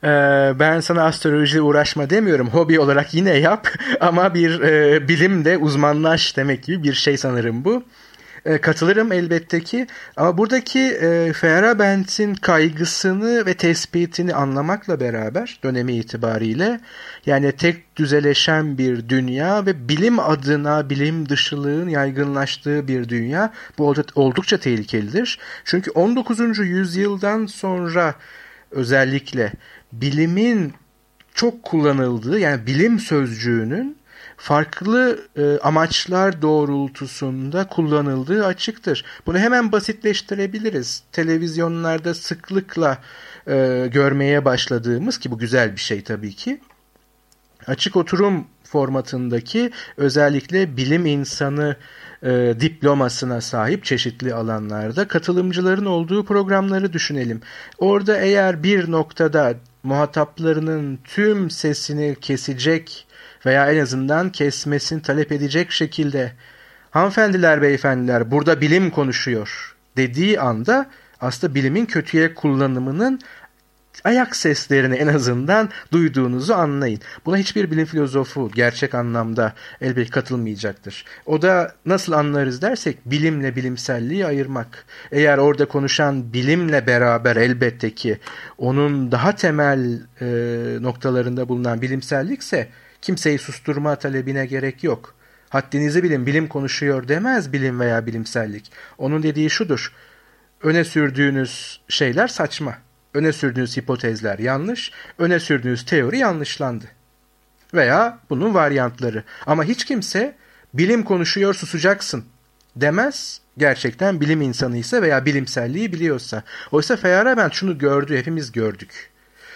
Speaker 3: Ben sana astrolojiyle uğraşma demiyorum. Hobi olarak yine yap ama bir bilimde uzmanlaş demek gibi bir şey sanırım bu. Katılırım elbette ki ama buradaki Feyerabend'in kaygısını ve tespitini anlamakla beraber dönemi itibariyle yani tek düzeleşen bir dünya ve bilim adına bilim dışılığın yaygınlaştığı bir dünya bu oldukça tehlikelidir. Çünkü 19. yüzyıldan sonra özellikle bilimin çok kullanıldığı yani bilim sözcüğünün farklı amaçlar doğrultusunda kullanıldığı açıktır. Bunu hemen basitleştirebiliriz. Televizyonlarda sıklıkla görmeye başladığımız ki bu güzel bir şey tabii ki. Açık oturum formatındaki özellikle bilim insanı diplomasına sahip çeşitli alanlarda katılımcıların olduğu programları düşünelim. Orada eğer bir noktada muhataplarının tüm sesini kesecek veya en azından kesmesini talep edecek şekilde hanımefendiler, beyefendiler burada bilim konuşuyor dediği anda aslında bilimin kötüye kullanımının ayak seslerini en azından duyduğunuzu anlayın. Buna hiçbir bilim filozofu gerçek anlamda elbette katılmayacaktır. O da nasıl anlarız dersek bilimle bilimselliği ayırmak. Eğer orada konuşan bilimle beraber elbette ki onun daha temel noktalarında bulunan bilimsellikse kimseyi susturma talebine gerek yok. Haddinizi bilin, bilim konuşuyor demez bilim veya bilimsellik. Onun dediği şudur, öne sürdüğünüz şeyler saçma. Öne sürdüğünüz hipotezler yanlış, öne sürdüğünüz teori yanlışlandı. Veya bunun varyantları. Ama hiç kimse bilim konuşuyor susacaksın demez, gerçekten bilim insanıysa veya bilimselliği biliyorsa. Oysa Feyerabend şunu gördü, hepimiz gördük.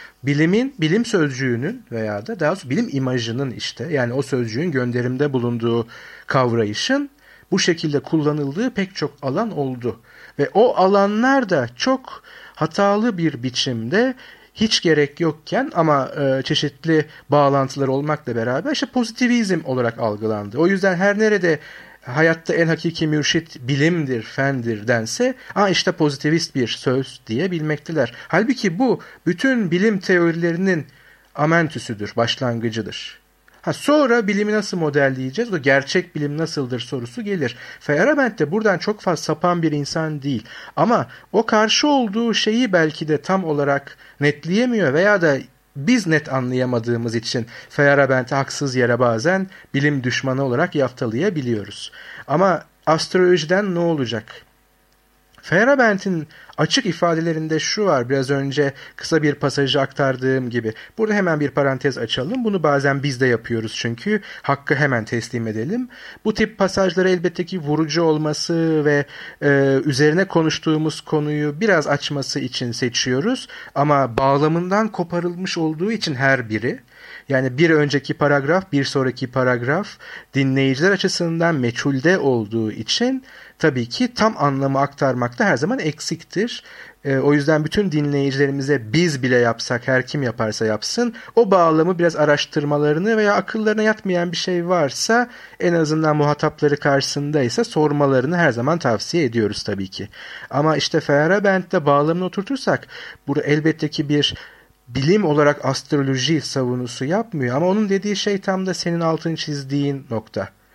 Speaker 3: Bilim sözcüğünün veya da daha doğrusu bilim imajının işte yani o sözcüğün gönderimde bulunduğu kavrayışın bu şekilde kullanıldığı pek çok alan oldu. Ve o alanlar da çok hatalı bir biçimde hiç gerek yokken ama çeşitli bağlantılar olmakla beraber işte pozitivizm olarak algılandı. O yüzden her nerede hayatta en hakiki mürşit bilimdir, fendir dense işte pozitivist bir söz diyebilmekteler. Halbuki bu bütün bilim teorilerinin amentüsüdür, başlangıcıdır. Sonra bilimi nasıl modelleyeceğiz? O gerçek bilim nasıldır sorusu gelir. Feyerabend de buradan çok fazla sapan bir insan değil. Ama o karşı olduğu şeyi belki de tam olarak netleyemiyor veya da biz net anlayamadığımız için Feyerabend'i haksız yere bazen bilim düşmanı olarak yaftalayabiliyoruz. Ama astrolojiden ne olacak? Feyerabend'in açık ifadelerinde şu var, biraz önce kısa bir pasajı aktardığım gibi. Burada hemen bir parantez açalım. Bunu bazen biz de yapıyoruz çünkü hakkı hemen teslim edelim. Bu tip pasajları elbette ki vurucu olması ve üzerine konuştuğumuz konuyu biraz açması için seçiyoruz. Ama bağlamından koparılmış olduğu için her biri, yani bir önceki paragraf, bir sonraki paragraf dinleyiciler açısından meçhulde olduğu için tabii ki tam anlamı aktarmakta her zaman eksiktir. O yüzden bütün dinleyicilerimize biz bile yapsak, her kim yaparsa yapsın, o bağlamı biraz araştırmalarını veya akıllarına yatmayan bir şey varsa en azından muhatapları karşısındaysa sormalarını her zaman tavsiye ediyoruz tabii ki. Ama işte Feyerabend'de bağlamını oturtursak burada elbette ki bir bilim olarak astroloji savunusu yapmıyor ama onun dediği şey tam da senin altını çizdiğin nokta.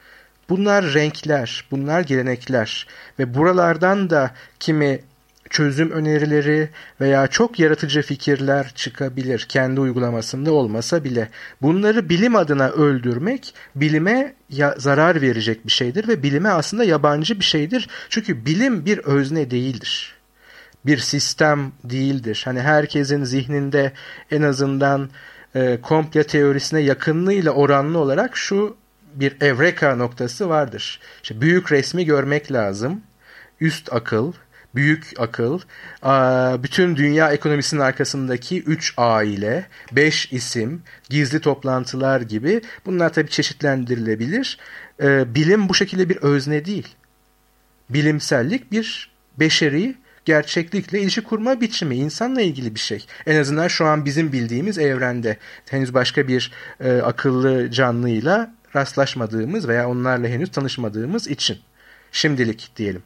Speaker 3: Bunlar renkler, bunlar gelenekler ve buralardan da kimi çözüm önerileri veya çok yaratıcı fikirler çıkabilir kendi uygulamasında olmasa bile. Bunları bilim adına öldürmek bilime zarar verecek bir şeydir ve bilime aslında yabancı bir şeydir. Çünkü bilim bir özne değildir. Bir sistem değildir. Hani herkesin zihninde en azından komple teorisine yakınlığıyla oranlı olarak şu bir evreka noktası vardır. İşte büyük resmi görmek lazım. Üst akıl, büyük akıl, bütün dünya ekonomisinin arkasındaki 3 aile, 5 isim, gizli toplantılar gibi bunlar tabii çeşitlendirilebilir. Bilim bu şekilde bir özne değil. Bilimsellik bir beşeri gerçeklikle ilişki kurma biçimi, insanla ilgili bir şey. En azından şu an bizim bildiğimiz evrende henüz başka bir akıllı canlıyla rastlaşmadığımız veya onlarla henüz tanışmadığımız için. Şimdilik diyelim.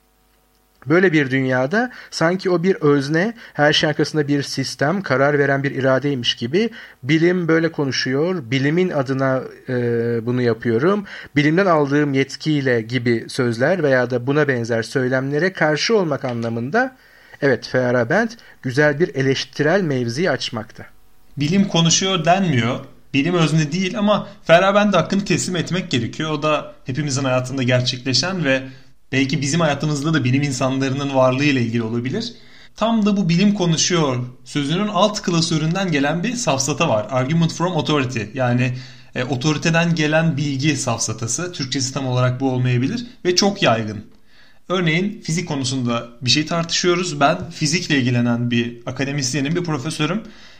Speaker 3: Böyle bir dünyada sanki o bir özne, her şey arkasında bir sistem, karar veren bir iradeymiş gibi bilim böyle konuşuyor, bilimin adına bunu yapıyorum, bilimden aldığım yetkiyle gibi sözler veya da buna benzer söylemlere karşı olmak anlamında evet Feyerabend güzel bir eleştirel mevzi açmakta.
Speaker 2: Bilim konuşuyor denmiyor. Bilim özne değil ama Feyerabend'e hakkını teslim etmek gerekiyor. O da hepimizin hayatında gerçekleşen ve belki bizim hayatımızda da bilim insanlarının varlığıyla ilgili olabilir. Tam da bu bilim konuşuyor sözünün alt klasöründen gelen bir safsata var. Argument from authority, yani otoriteden gelen bilgi safsatası. Türkçesi tam olarak bu olmayabilir ve çok yaygın. Örneğin fizik konusunda bir şey tartışıyoruz. Ben fizikle ilgilenen bir akademisyenim, bir profesörüm.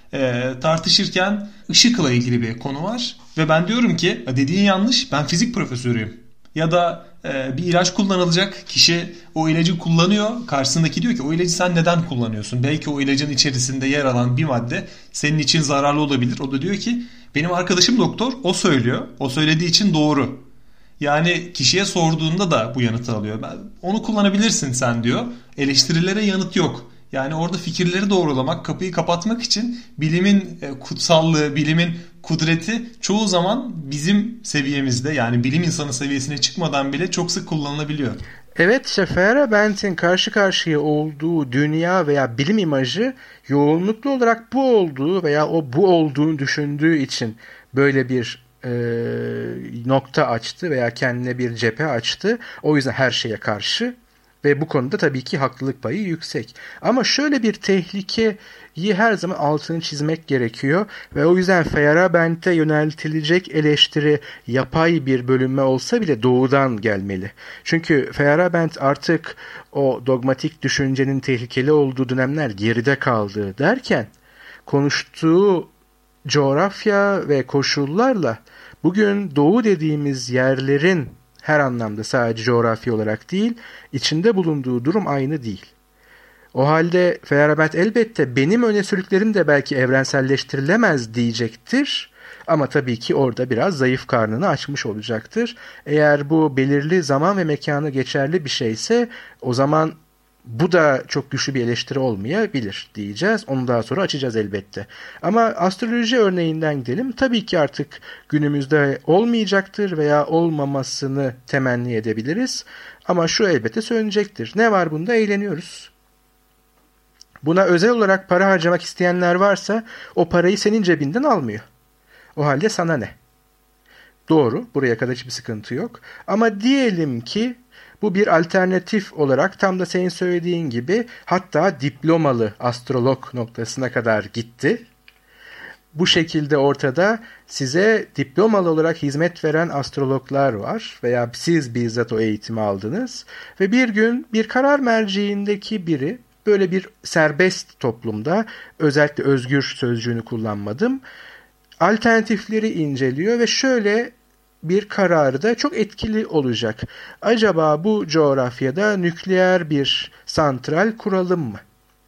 Speaker 2: Tartışırken ışıkla ilgili bir konu var ve ben diyorum ki dediğin yanlış, ben fizik profesörüyüm. Ya da bir ilaç kullanılacak, kişi o ilacı kullanıyor, karşısındaki diyor ki o ilacı sen neden kullanıyorsun? Belki o ilacın içerisinde yer alan bir madde senin için zararlı olabilir. O da diyor ki benim arkadaşım doktor, o söylüyor, o söylediği için doğru. Yani kişiye sorduğunda da bu yanıtı alıyor. Onu kullanabilirsin sen diyor. Eleştirilere yanıt yok. Yani orada fikirleri doğrulamak, kapıyı kapatmak için bilimin kutsallığı, bilimin kudreti çoğu zaman bizim seviyemizde, yani bilim insanı seviyesine çıkmadan bile çok sık kullanılabiliyor.
Speaker 3: Evet, işte Feyerabend'in karşı karşıya olduğu dünya veya bilim imajı yoğunluklu olarak bu olduğu veya o bu olduğunu düşündüğü için böyle bir nokta açtı veya kendine bir cephe açtı. O yüzden her şeye karşı. Ve bu konuda tabii ki haklılık payı yüksek. Ama şöyle bir tehlikeyi her zaman altını çizmek gerekiyor. Ve o yüzden Feyerabend'e yöneltilecek eleştiri yapay bir bölünme olsa bile doğudan gelmeli. Çünkü Feyerabend artık o dogmatik düşüncenin tehlikeli olduğu dönemler geride kaldı derken konuştuğu coğrafya ve koşullarla bugün doğu dediğimiz yerlerin her anlamda sadece coğrafi olarak değil, içinde bulunduğu durum aynı değil. O halde Feyerabend elbette benim öne sürdüklerim de belki evrenselleştirilemez diyecektir. Ama tabii ki orada biraz zayıf karnını açmış olacaktır. Eğer bu belirli zaman ve mekanı geçerli bir şeyse o zaman bu da çok güçlü bir eleştiri olmayabilir diyeceğiz. Onu daha sonra açacağız elbette. Ama astroloji örneğinden gidelim. Tabii ki artık günümüzde olmayacaktır veya olmamasını temenni edebiliriz. Ama şu elbette söylenecektir. Ne var bunda? Eğleniyoruz. Buna özel olarak para harcamak isteyenler varsa o parayı senin cebinden almıyor. O halde sana ne? Doğru, buraya kadar hiçbir sıkıntı yok. Ama diyelim ki bu bir alternatif olarak tam da senin söylediğin gibi hatta diplomalı astrolog noktasına kadar gitti. Bu şekilde ortada size diplomalı olarak hizmet veren astrologlar var veya siz bizzat o eğitimi aldınız ve bir gün bir karar merciğindeki biri böyle bir serbest toplumda, özellikle özgür sözcüğünü kullanmadım, alternatifleri inceliyor ve şöyle bir kararı da çok etkili olacak. Acaba bu coğrafyada nükleer bir santral kuralım mı?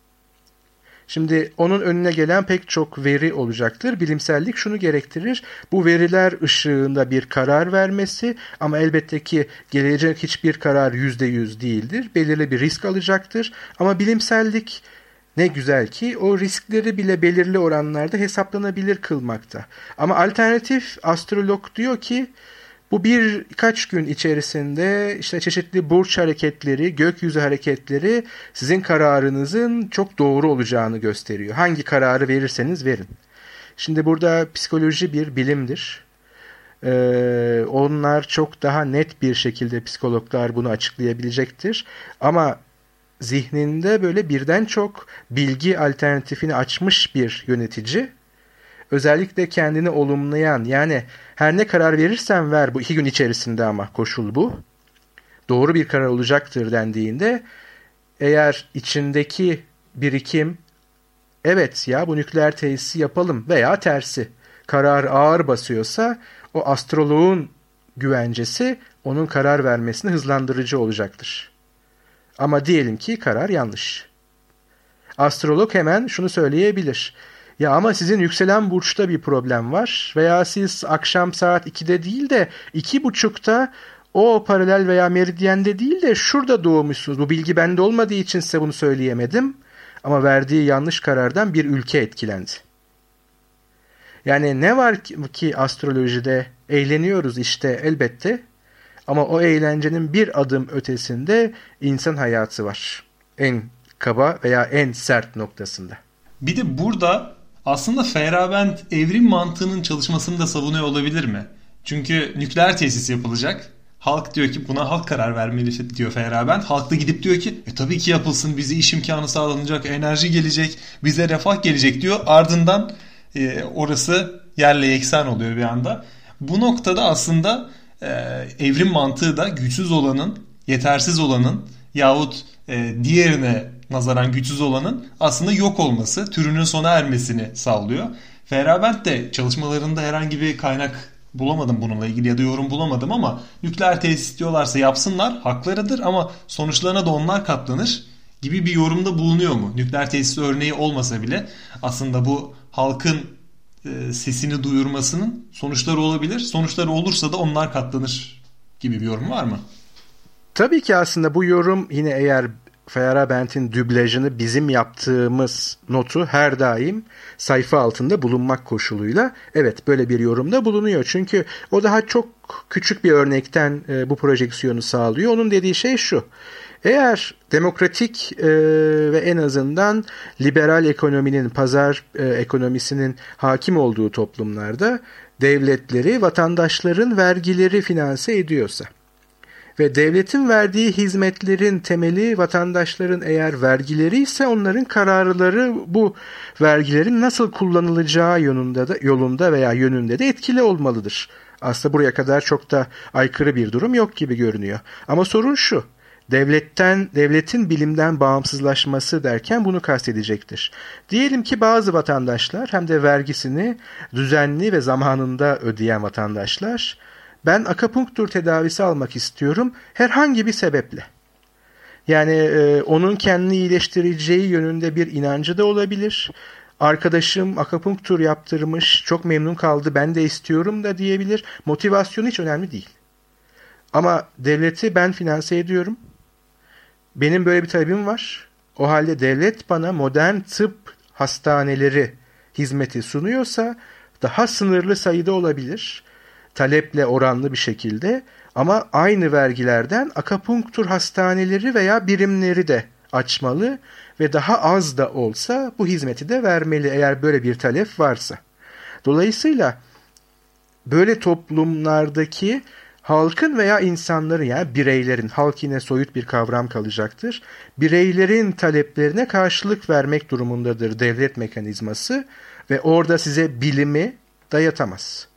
Speaker 3: Şimdi onun önüne gelen pek çok veri olacaktır. Bilimsellik şunu gerektirir. Bu veriler ışığında bir karar vermesi ama elbette ki gelecek hiçbir karar %100 değildir. Belirli bir risk alacaktır. Ama bilimsellik ne güzel ki o riskleri bile belirli oranlarda hesaplanabilir kılmakta. Ama alternatif astrolog diyor ki Bu birkaç gün içerisinde işte çeşitli burç hareketleri, gökyüzü hareketleri sizin kararınızın çok doğru olacağını gösteriyor. Hangi kararı verirseniz verin. Şimdi burada psikoloji bir bilimdir. Onlar çok daha net bir şekilde psikologlar bunu açıklayabilecektir. Ama zihninde böyle birden çok bilgi alternatifini açmış bir yönetici, özellikle kendini olumlayan, yani her ne karar verirsen ver bu 2 gün içerisinde ama koşul bu, doğru bir karar olacaktır dendiğinde, eğer içindeki birikim evet ya bu nükleer tesisi yapalım veya tersi karar ağır basıyorsa, o astroloğun güvencesi onun karar vermesini hızlandırıcı olacaktır. Ama diyelim ki karar yanlış. Astrolog hemen şunu söyleyebilir. Ya ama sizin yükselen burçta bir problem var veya siz akşam saat 2'de değil de 2.30'da o paralel veya meridyende değil de şurada doğmuşsunuz. Bu bilgi bende olmadığı için size bunu söyleyemedim. Ama verdiği yanlış karardan bir ülke etkilendi. Yani ne var ki astrolojide eğleniyoruz işte elbette. Ama o eğlencenin bir adım ötesinde insan hayatı var. En kaba veya en sert noktasında.
Speaker 2: Bir de burada aslında Feyerabend evrim mantığının çalışmasını da savunuyor olabilir mi? Çünkü nükleer tesis yapılacak. Halk diyor ki buna halk karar vermeli diyor Feyerabend. Halk da gidip diyor ki tabii ki yapılsın, bize iş imkanı sağlanacak, enerji gelecek, bize refah gelecek diyor. Ardından orası yerle yeksan oluyor bir anda. Bu noktada aslında evrim mantığı da güçsüz olanın, yetersiz olanın yahut diğerine nazaran güçsüz olanın aslında yok olması, türünün sona ermesini sağlıyor. Feyerabend de çalışmalarında herhangi bir kaynak bulamadım bununla ilgili ya da yorum bulamadım ama nükleer tesis diyorlarsa yapsınlar, haklarıdır ama sonuçlarına da onlar katlanır gibi bir yorumda bulunuyor mu? Nükleer tesis örneği olmasa bile aslında bu halkın sesini duyurmasının sonuçları olabilir. Sonuçları olursa da onlar katlanır gibi bir yorum var mı?
Speaker 3: Tabii ki aslında bu yorum yine eğer Feyerabend'in dublajını bizim yaptığımız notu her daim sayfa altında bulunmak koşuluyla evet böyle bir yorumda bulunuyor. Çünkü o daha çok küçük bir örnekten bu projeksiyonu sağlıyor. Onun dediği şey şu. Eğer demokratik ve en azından liberal ekonominin, pazar ekonomisinin hakim olduğu toplumlarda devletleri vatandaşların vergileri finanse ediyorsa ve devletin verdiği hizmetlerin temeli vatandaşların eğer vergileri ise onların kararları bu vergilerin nasıl kullanılacağı yolunda veya yönünde de etkili olmalıdır. Aslında buraya kadar çok da aykırı bir durum yok gibi görünüyor. Ama sorun şu. Devletin bilimden bağımsızlaşması derken bunu kastedecektir. Diyelim ki bazı vatandaşlar hem de vergisini düzenli ve zamanında ödeyen vatandaşlar, ben akupunktur tedavisi almak istiyorum herhangi bir sebeple. Yani onun kendini iyileştireceği yönünde bir inancı da olabilir. Arkadaşım akupunktur yaptırmış, çok memnun kaldı, ben de istiyorum da diyebilir. Motivasyonu hiç önemli değil. Ama devleti ben finanse ediyorum. Benim böyle bir talebim var. O halde devlet bana modern tıp hastaneleri hizmeti sunuyorsa daha sınırlı sayıda olabilir. Taleple oranlı bir şekilde ama aynı vergilerden akupunktur hastaneleri veya birimleri de açmalı ve daha az da olsa bu hizmeti de vermeli eğer böyle bir talep varsa. Dolayısıyla böyle toplumlardaki halkın veya insanların yani bireylerin, halk yine soyut bir kavram kalacaktır, bireylerin taleplerine karşılık vermek durumundadır devlet mekanizması ve orada size bilimi dayatamaz.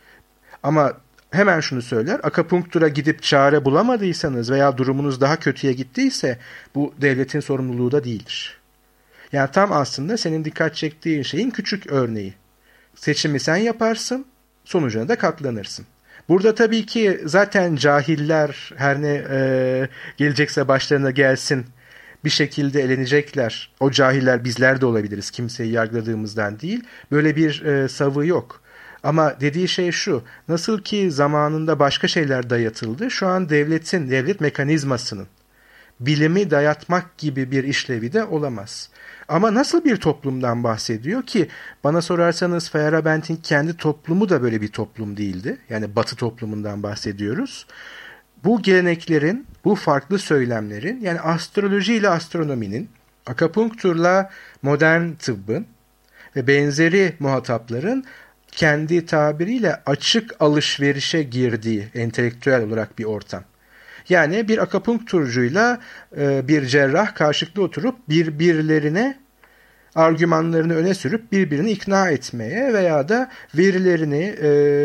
Speaker 3: Ama hemen şunu söyler, akupunktura gidip çare bulamadıysanız veya durumunuz daha kötüye gittiyse bu devletin sorumluluğu da değildir. Yani tam aslında senin dikkat çektiğin şeyin küçük örneği. Seçimi sen yaparsın, sonucuna da katlanırsın. Burada tabii ki zaten cahiller her ne gelecekse başlarına gelsin bir şekilde elenecekler. O cahiller bizler de olabiliriz kimseyi yargıladığımızdan değil. Böyle bir savı yok. Ama dediği şey şu, nasıl ki zamanında başka şeyler dayatıldı, şu an devlet mekanizmasının bilimi dayatmak gibi bir işlevi de olamaz. Ama nasıl bir toplumdan bahsediyor ki bana sorarsanız Feyerabend'in kendi toplumu da böyle bir toplum değildi. Yani Batı toplumundan bahsediyoruz. Bu geleneklerin, bu farklı söylemlerin yani astroloji ile astronominin, akupunkturla modern tıbbın ve benzeri muhatapların kendi tabiriyle açık alışverişe girdiği entelektüel olarak bir ortam. Yani bir akupunkturcuyla bir cerrah karşılıklı oturup birbirlerine argümanlarını öne sürüp birbirini ikna etmeye veya da verilerini,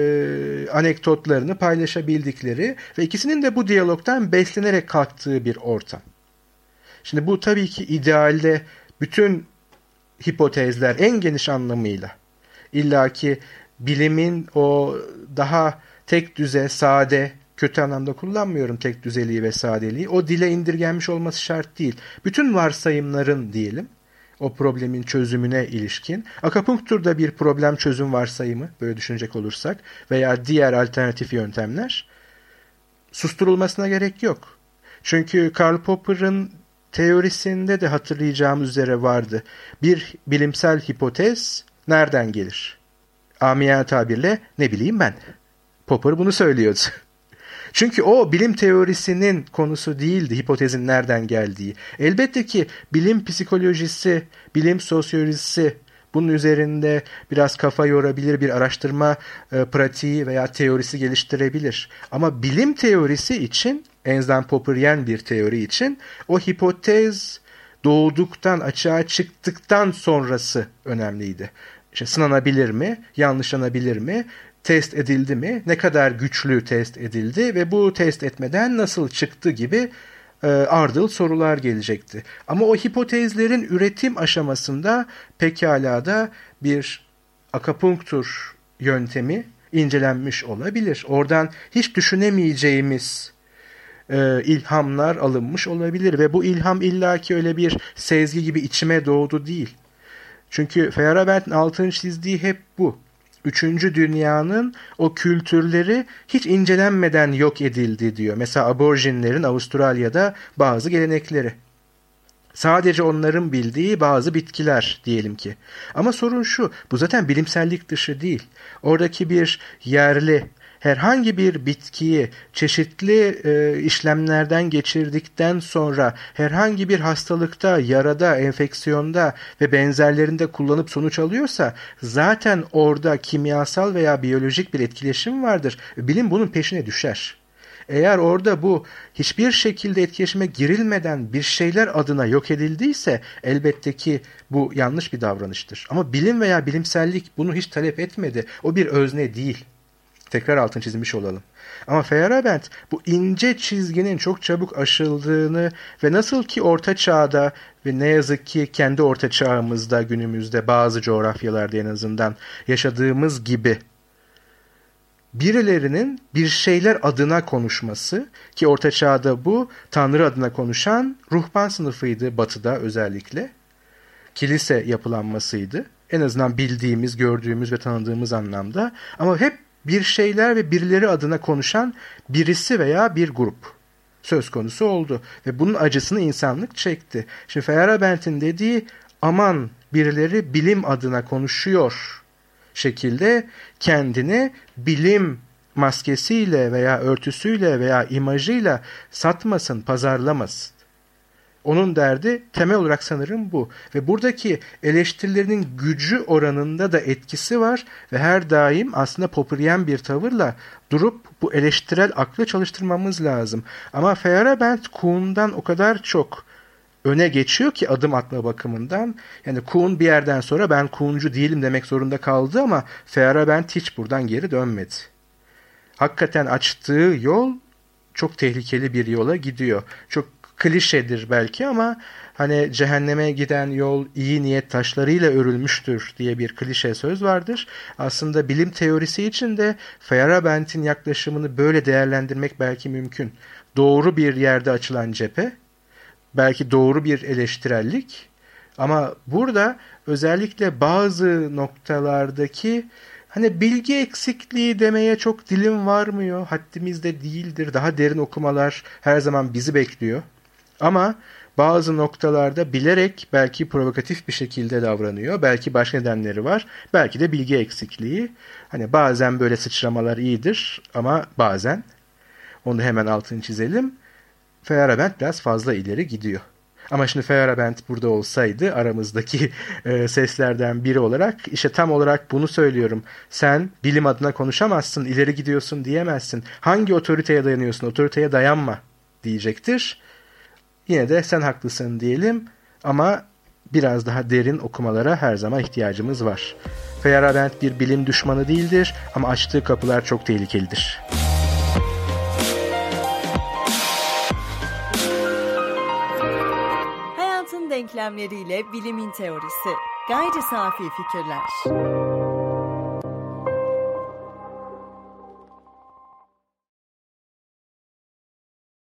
Speaker 3: anekdotlarını paylaşabildikleri ve ikisinin de bu diyalogtan beslenerek kalktığı bir ortam. Şimdi bu tabii ki idealde bütün hipotezler en geniş anlamıyla illaki bilimin o daha tek düze, sade, kötü anlamda kullanmıyorum tek düzeliği ve sadeliği. O dile indirgenmiş olması şart değil. Bütün varsayımların diyelim o problemin çözümüne ilişkin. Akupunkturda bir problem çözüm varsayımı böyle düşünecek olursak veya diğer alternatif yöntemler susturulmasına gerek yok. Çünkü Karl Popper'ın teorisinde de hatırlayacağımız üzere vardı. Bir bilimsel hipotez nereden gelir? Amiyane tabirle ne bileyim ben. Popper bunu söylüyordu. Çünkü o bilim teorisinin konusu değildi hipotezin nereden geldiği. Elbette ki bilim psikolojisi, bilim sosyolojisi bunun üzerinde biraz kafa yorabilir, bir araştırma pratiği veya teorisi geliştirebilir. Ama bilim teorisi için, en azından Popperyen bir teori için o hipotez doğduktan, açığa çıktıktan sonrası önemliydi. İşte sınanabilir mi, yanlışlanabilir mi? Test edildi mi? Ne kadar güçlü test edildi ve bu test etmeden nasıl çıktı gibi ardıl sorular gelecekti. Ama o hipotezlerin üretim aşamasında pekala da bir akupunktur yöntemi incelenmiş olabilir. Oradan hiç düşünemeyeceğimiz ilhamlar alınmış olabilir ve bu ilham illaki öyle bir sezgi gibi içime doğdu değil. Çünkü Feyerabend'in altını çizdiği hep bu. Üçüncü dünyanın o kültürleri hiç incelenmeden yok edildi diyor. Mesela aborjinlerin Avustralya'da bazı gelenekleri. Sadece onların bildiği bazı bitkiler diyelim ki. Ama sorun şu, bu zaten bilimsellik dışı değil. Oradaki bir yerli herhangi bir bitkiyi çeşitli işlemlerden geçirdikten sonra herhangi bir hastalıkta, yarada, enfeksiyonda ve benzerlerinde kullanıp sonuç alıyorsa zaten orada kimyasal veya biyolojik bir etkileşim vardır. Bilim bunun peşine düşer. Eğer orada bu hiçbir şekilde etkileşime girilmeden bir şeyler adına yok edildiyse elbette ki bu yanlış bir davranıştır. Ama bilim veya bilimsellik bunu hiç talep etmedi. O bir özne değil. Tekrar altını çizmiş olalım. Ama Feyerabend bu ince çizginin çok çabuk aşıldığını ve nasıl ki Orta Çağ'da ve ne yazık ki kendi Orta Çağ'ımızda günümüzde bazı coğrafyalarda en azından yaşadığımız gibi birilerinin bir şeyler adına konuşması ki Orta Çağ'da bu Tanrı adına konuşan ruhban sınıfıydı Batı'da özellikle. Kilise yapılanmasıydı. En azından bildiğimiz, gördüğümüz ve tanıdığımız anlamda. Ama hep bir şeyler ve birileri adına konuşan birisi veya bir grup söz konusu oldu. Ve bunun acısını insanlık çekti. Şimdi Feyerabend'in dediği aman birileri bilim adına konuşuyor şekilde kendini bilim maskesiyle veya örtüsüyle veya imajıyla satmasın, pazarlamasın. Onun derdi temel olarak sanırım bu. Ve buradaki eleştirilerinin gücü oranında da etkisi var ve her daim aslında Popperyen bir tavırla durup bu eleştirel aklı çalıştırmamız lazım. Ama Feyerabend Kuhn'dan o kadar çok öne geçiyor ki adım atma bakımından. Yani Kuhn bir yerden sonra ben Kuhn'cu değilim demek zorunda kaldı ama Feyerabend hiç buradan geri dönmedi. Hakikaten açtığı yol çok tehlikeli bir yola gidiyor. Çok klişedir belki ama hani cehenneme giden yol iyi niyet taşlarıyla örülmüştür diye bir klişe söz vardır. Aslında bilim teorisi için de Feyerabend'in yaklaşımını böyle değerlendirmek belki mümkün. Doğru bir yerde açılan cephe, belki doğru bir eleştirellik ama burada özellikle bazı noktalardaki hani bilgi eksikliği demeye çok dilim varmıyor. Haddimizde değildir. Daha derin okumalar her zaman bizi bekliyor. Ama bazı noktalarda bilerek belki provokatif bir şekilde davranıyor. Belki başka nedenleri var. Belki de bilgi eksikliği. Hani bazen böyle sıçramalar iyidir ama bazen, onu hemen altını çizelim, Feyerabend biraz fazla ileri gidiyor. Ama şimdi Feyerabend burada olsaydı aramızdaki seslerden biri olarak işte tam olarak bunu söylüyorum. Sen bilim adına konuşamazsın, ileri gidiyorsun diyemezsin. Hangi otoriteye dayanıyorsun? Otoriteye dayanma diyecektir. Yine de sen haklısın diyelim ama biraz daha derin okumalara her zaman ihtiyacımız var. Feyerabend bir bilim düşmanı değildir ama açtığı kapılar çok tehlikelidir.
Speaker 1: Hayatın denklemleriyle bilimin teorisi. Gayri safi fikirler.